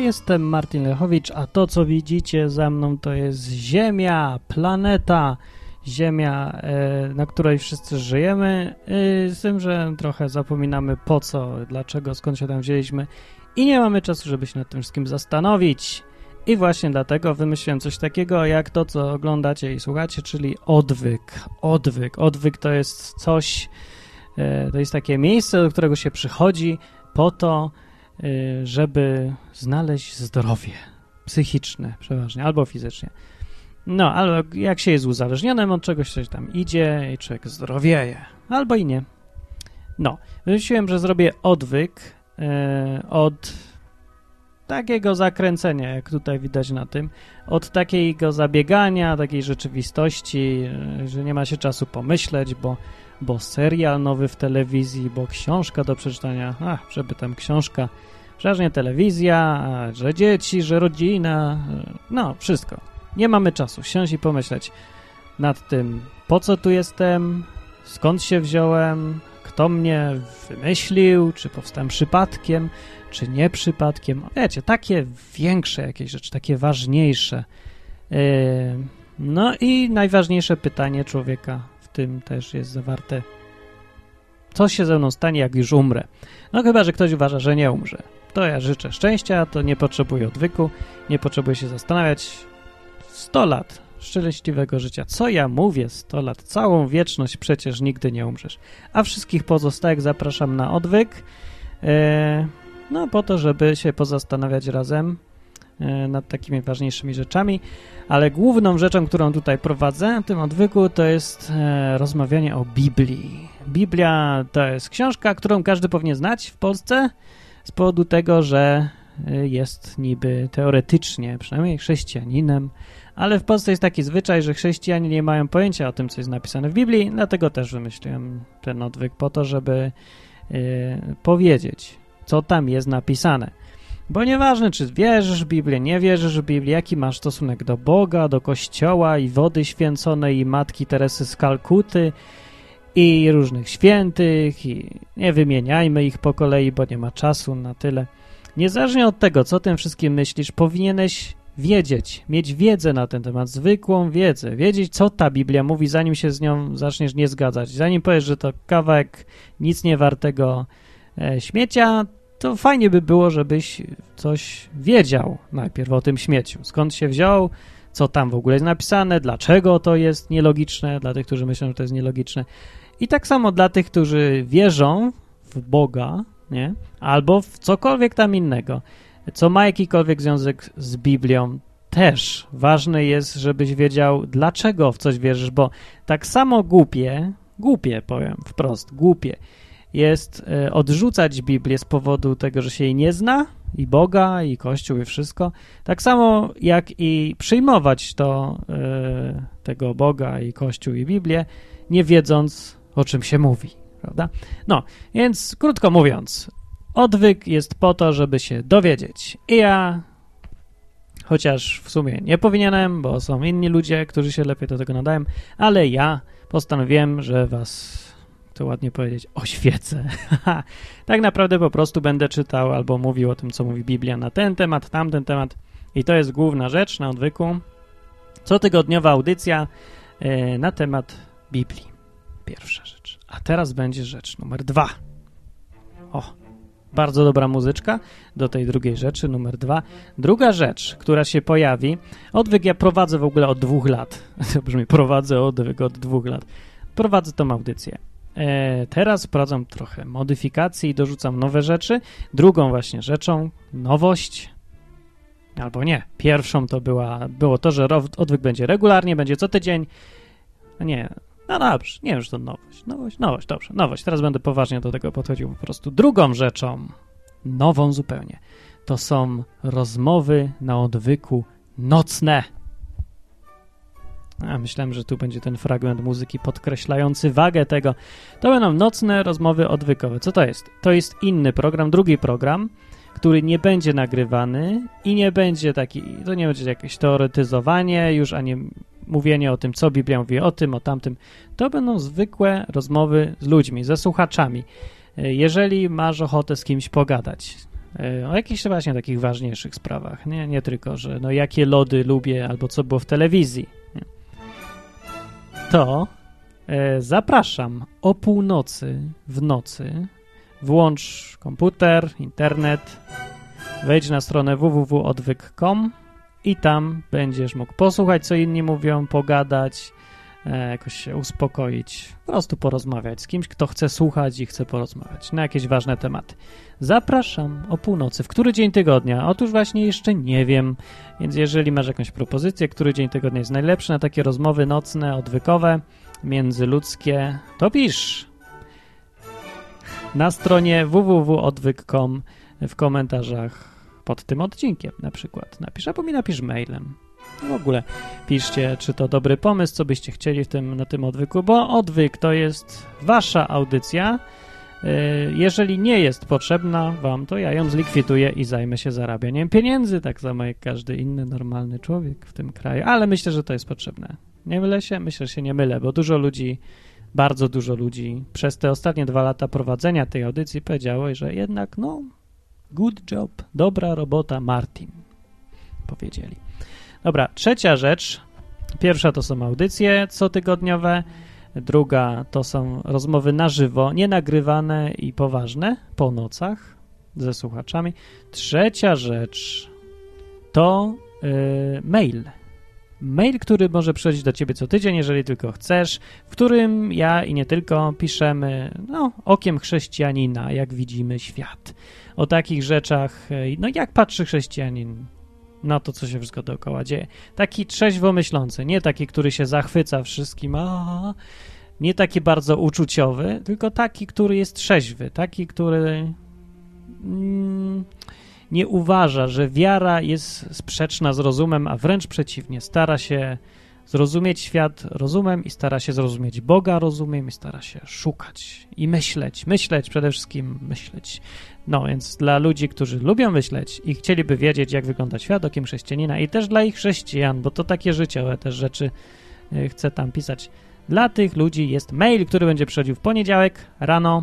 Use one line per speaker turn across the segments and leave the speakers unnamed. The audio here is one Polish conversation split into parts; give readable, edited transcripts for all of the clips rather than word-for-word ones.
jestem Martin Lechowicz, a to, co widzicie za mną, to jest Ziemia, planeta, Ziemia, na której wszyscy żyjemy, z tym, że trochę zapominamy po co, dlaczego, skąd się tam wzięliśmy i nie mamy czasu, żeby się nad tym wszystkim zastanowić. I właśnie dlatego wymyśliłem coś takiego, jak to, co oglądacie i słuchacie, czyli odwyk. Odwyk to jest coś, to jest takie miejsce, do którego się przychodzi po to, żeby znaleźć zdrowie psychiczne przeważnie, albo fizycznie. No, ale jak się jest uzależnionym od czegoś, coś tam idzie i człowiek zdrowieje, albo i nie. No, wymyśliłem, że zrobię odwyk od takiego zakręcenia, jak tutaj widać na tym, od takiego zabiegania, takiej rzeczywistości, że nie ma się czasu pomyśleć, bo serial nowy w telewizji, bo książka do przeczytania, żeby tam książka, przeważnie telewizja, że dzieci, że rodzina, no wszystko. Nie mamy czasu siąść i pomyśleć nad tym, po co tu jestem, skąd się wziąłem, kto mnie wymyślił, czy powstałem przypadkiem, czy nie przypadkiem. Wiecie, takie większe jakieś rzeczy, takie ważniejsze. No i najważniejsze pytanie człowieka w tym też jest zawarte. Co się ze mną stanie, jak już umrę? No chyba, że ktoś uważa, że nie umrze. To ja życzę szczęścia, to nie potrzebuję odwyku, nie potrzebuję się zastanawiać. 100 lat szczęśliwego życia. Co ja mówię? 100 lat. Całą wieczność przecież nigdy nie umrzesz. A wszystkich pozostałych zapraszam na odwyk. No po to, żeby się pozastanawiać razem nad takimi ważniejszymi rzeczami. Ale główną rzeczą, którą tutaj prowadzę w tym odwyku, to jest rozmawianie o Biblii. Biblia to jest książka, którą każdy powinien znać w Polsce z powodu tego, że jest niby teoretycznie, przynajmniej chrześcijaninem, ale w Polsce jest taki zwyczaj, że chrześcijanie nie mają pojęcia o tym, co jest napisane w Biblii, dlatego też wymyśliłem ten odwyk po to, żeby powiedzieć, co tam jest napisane. Bo nieważne, czy wierzysz w Biblię, nie wierzysz w Biblię, jaki masz stosunek do Boga, do Kościoła i wody święconej i Matki Teresy z Kalkuty i różnych świętych i nie wymieniajmy ich po kolei, bo nie ma czasu na tyle. Niezależnie od tego, co tym wszystkim myślisz, powinieneś wiedzieć, mieć wiedzę na ten temat, zwykłą wiedzę, wiedzieć, co ta Biblia mówi, zanim się z nią zaczniesz nie zgadzać. Zanim powiesz, że to kawałek nic nie wartego śmiecia, to fajnie by było, żebyś coś wiedział najpierw o tym śmieciu. Skąd się wziął, co tam w ogóle jest napisane, dlaczego to jest nielogiczne, dla tych, którzy myślą, że to jest nielogiczne. I tak samo dla tych, którzy wierzą w Boga, nie? Albo w cokolwiek tam innego, co ma jakikolwiek związek z Biblią, też ważne jest, żebyś wiedział, dlaczego w coś wierzysz, bo tak samo głupie powiem wprost, głupie jest odrzucać Biblię z powodu tego, że się jej nie zna, i Boga, i Kościół, i wszystko, tak samo jak i przyjmować tego Boga, i Kościół, i Biblię, nie wiedząc, o czym się mówi, prawda? No, więc krótko mówiąc, odwyk jest po to, żeby się dowiedzieć. I ja, chociaż w sumie nie powinienem, bo są inni ludzie, którzy się lepiej do tego nadają, ale ja postanowiłem, że was, to ładnie powiedzieć, oświecę. Tak naprawdę po prostu będę czytał albo mówił o tym, co mówi Biblia na ten temat, tamten temat i to jest główna rzecz na odwyku. Cotygodniowa audycja na temat Biblii. Pierwsza rzecz. A teraz będzie rzecz numer 2. Bardzo dobra muzyczka do tej drugiej rzeczy, numer 2. Druga rzecz, która się pojawi, odwyk ja prowadzę w ogóle od 2 lat. To brzmi, prowadzę odwyk od 2 lat. Prowadzę tą audycję. Teraz wprowadzam trochę modyfikacji i dorzucam nowe rzeczy. Drugą właśnie rzeczą, nowość, albo nie, pierwszą to było to, że odwyk będzie regularnie, będzie co tydzień. Nie, no dobrze, nie już to nowość, dobrze, nowość. Teraz będę poważnie do tego podchodził po prostu. Drugą rzeczą, nową zupełnie, to są rozmowy na odwyku nocne. Myślałem, że tu będzie ten fragment muzyki podkreślający wagę tego. To będą nocne rozmowy odwykowe. Co to jest? To jest inny program, drugi program, który nie będzie nagrywany i nie będzie to nie będzie jakieś teoretyzowanie już, ani mówienie o tym, co Biblia mówi o tym, o tamtym. To będą zwykłe rozmowy z ludźmi, ze słuchaczami. Jeżeli masz ochotę z kimś pogadać, o jakichś właśnie takich ważniejszych sprawach, nie tylko, że no jakie lody lubię albo co było w telewizji, nie? To zapraszam o północy w nocy, włącz komputer, internet, wejdź na stronę www.odwyk.com i tam będziesz mógł posłuchać, co inni mówią, pogadać, jakoś się uspokoić, po prostu porozmawiać z kimś, kto chce słuchać i chce porozmawiać na jakieś ważne tematy. Zapraszam o północy. W który dzień tygodnia? Otóż właśnie jeszcze nie wiem, więc jeżeli masz jakąś propozycję, który dzień tygodnia jest najlepszy na takie rozmowy nocne, odwykowe, międzyludzkie, to pisz na stronie www.odwyk.com w komentarzach pod tym odcinkiem na przykład. Napisz, albo mi napisz mailem. W ogóle piszcie, czy to dobry pomysł, co byście chcieli na tym odwyku, bo odwyk to jest wasza audycja. Jeżeli nie jest potrzebna wam, to ja ją zlikwiduję i zajmę się zarabianiem pieniędzy, tak samo jak każdy inny normalny człowiek w tym kraju, ale myślę, że to jest potrzebne. Nie mylę się? Myślę, że się nie mylę, bo dużo ludzi, bardzo dużo ludzi przez te ostatnie 2 lata prowadzenia tej audycji powiedziało, że jednak good job, dobra robota, Martin, powiedzieli. Dobra, trzecia rzecz. Pierwsza to są audycje cotygodniowe, druga to są rozmowy na żywo, nienagrywane i poważne, po nocach ze słuchaczami. Trzecia rzecz to mail. Mail, który może przychodzić do ciebie co tydzień, jeżeli tylko chcesz, w którym ja i nie tylko piszemy okiem chrześcijanina, jak widzimy świat. O takich rzeczach, jak patrzy chrześcijanin na to, co się wszystko dookoła dzieje. Taki trzeźwo myślący, nie taki, który się zachwyca wszystkim, nie taki bardzo uczuciowy, tylko taki, który jest trzeźwy, taki, który nie uważa, że wiara jest sprzeczna z rozumem, a wręcz przeciwnie, stara się zrozumieć świat rozumem i stara się zrozumieć Boga rozumem i stara się szukać i myśleć przede wszystkim myśleć. Więc dla ludzi, którzy lubią myśleć i chcieliby wiedzieć, jak wygląda świat okiem chrześcijanina i też dla ich chrześcijan, bo to takie życiowe też rzeczy chcę tam pisać. Dla tych ludzi jest mail, który będzie przychodził w poniedziałek rano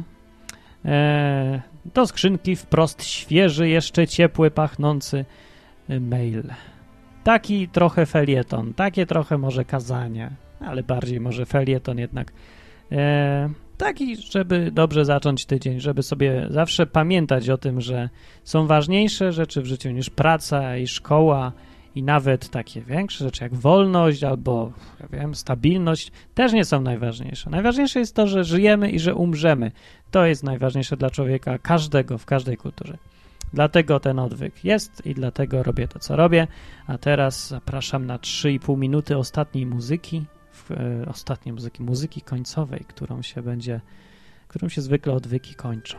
do skrzynki wprost świeży, jeszcze ciepły, pachnący mail. Taki trochę felieton, takie trochę może kazanie, ale bardziej może felieton jednak. Taki, żeby dobrze zacząć tydzień, żeby sobie zawsze pamiętać o tym, że są ważniejsze rzeczy w życiu niż praca i szkoła i nawet takie większe rzeczy jak wolność albo, stabilność też nie są najważniejsze. Najważniejsze jest to, że żyjemy i że umrzemy. To jest najważniejsze dla człowieka każdego w każdej kulturze. Dlatego ten odwyk jest i dlatego robię to, co robię. A teraz zapraszam na 3,5 minuty ostatniej muzyki, muzyki końcowej, którą się zwykle odwyki kończą.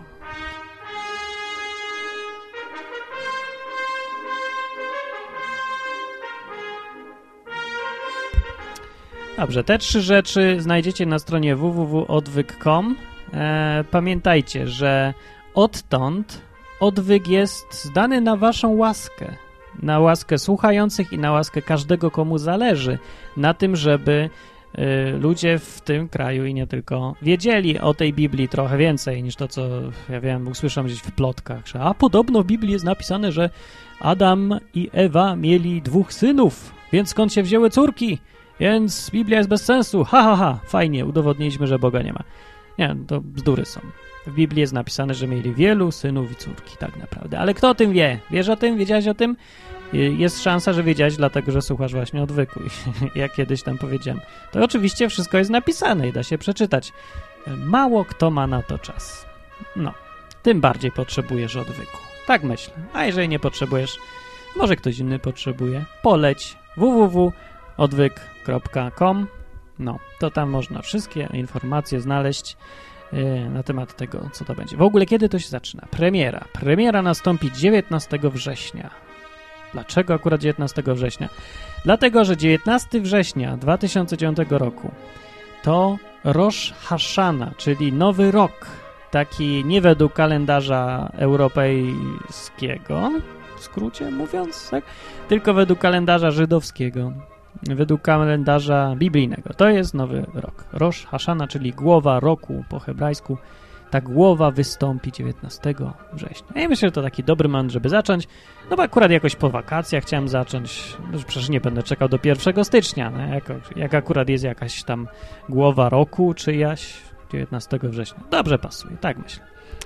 Dobrze, te 3 rzeczy znajdziecie na stronie www.odwyk.com. Pamiętajcie, że odtąd odwyk jest zdany na waszą łaskę, na łaskę słuchających i na łaskę każdego, komu zależy na tym, żeby ludzie w tym kraju i nie tylko wiedzieli o tej Biblii trochę więcej niż to, co usłyszałem gdzieś w plotkach, że podobno w Biblii jest napisane, że Adam i Ewa mieli 2 synów, więc skąd się wzięły córki? Więc Biblia jest bez sensu. Fajnie, udowodniliśmy, że Boga nie ma. Nie, to bzdury są. W Biblii jest napisane, że mieli wielu synów i córki, tak naprawdę. Ale kto o tym wie? Wiesz o tym? Wiedziałeś o tym? Jest szansa, że wiedziałeś, dlatego że słuchasz właśnie odwyku. Jak kiedyś tam powiedziałem. To oczywiście wszystko jest napisane i da się przeczytać. Mało kto ma na to czas. Tym bardziej potrzebujesz odwyku. Tak myślę. A jeżeli nie potrzebujesz, może ktoś inny potrzebuje, poleć www.odwyk.com. To tam można wszystkie informacje znaleźć na temat tego, co to będzie. W ogóle kiedy to się zaczyna? Premiera nastąpi 19 września. Dlaczego akurat 19 września? Dlatego, że 19 września 2009 roku to Rosh Hashana, czyli Nowy Rok. Taki nie według kalendarza europejskiego, w skrócie mówiąc, tak? Tylko według kalendarza żydowskiego. Według kalendarza biblijnego. To jest Nowy Rok. Rosh Hashana, czyli głowa roku po hebrajsku. ta głowa wystąpi 19 września. Ja myślę, że to taki dobry moment, żeby zacząć, no bo akurat jakoś po wakacjach chciałem zacząć, no przecież nie będę czekał do 1 stycznia, no, jak akurat jest jakaś tam głowa roku czyjaś 19 września. Dobrze pasuje, tak myślę.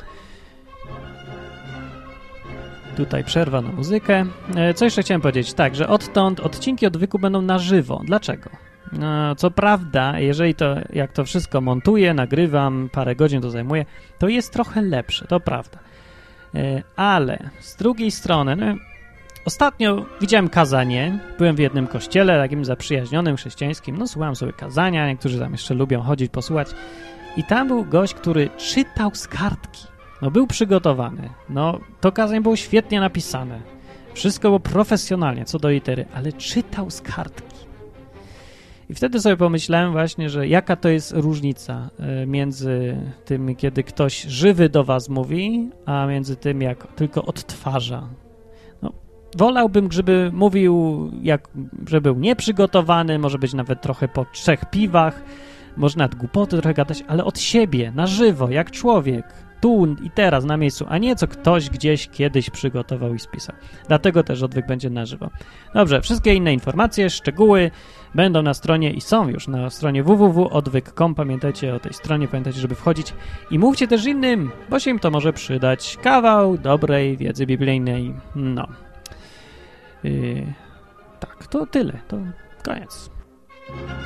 Tutaj przerwa na muzykę. Co jeszcze chciałem powiedzieć? Tak, że odtąd odcinki Odwyku będą na żywo. Dlaczego? No, co prawda, jak to wszystko montuję, nagrywam, parę godzin to zajmuje, to jest trochę lepsze, to prawda. Ale z drugiej strony, no, ostatnio widziałem kazanie, byłem w jednym kościele, takim zaprzyjaźnionym, chrześcijańskim, no słuchałem sobie kazania, niektórzy tam jeszcze lubią chodzić, posłuchać i tam był gość, który czytał z kartki. No był przygotowany, no to kazanie było świetnie napisane, wszystko było profesjonalnie, co do litery, ale czytał z kartki. I wtedy sobie pomyślałem właśnie, że jaka to jest różnica między tym, kiedy ktoś żywy do was mówi, a między tym, jak tylko odtwarza. No, wolałbym, żeby mówił, że był nieprzygotowany, może być nawet trochę po 3 piwach, może nawet głupoty trochę gadać, ale od siebie, na żywo, jak człowiek. Tu i teraz, na miejscu, a nie co ktoś gdzieś kiedyś przygotował i spisał. Dlatego też Odwyk będzie na żywo. Dobrze, wszystkie inne informacje, szczegóły będą na stronie i są już na stronie www.odwyk.com. Pamiętajcie o tej stronie, pamiętajcie, żeby wchodzić i mówcie też innym, bo się im to może przydać. Kawał dobrej wiedzy biblijnej. No. Tak, to tyle. To koniec.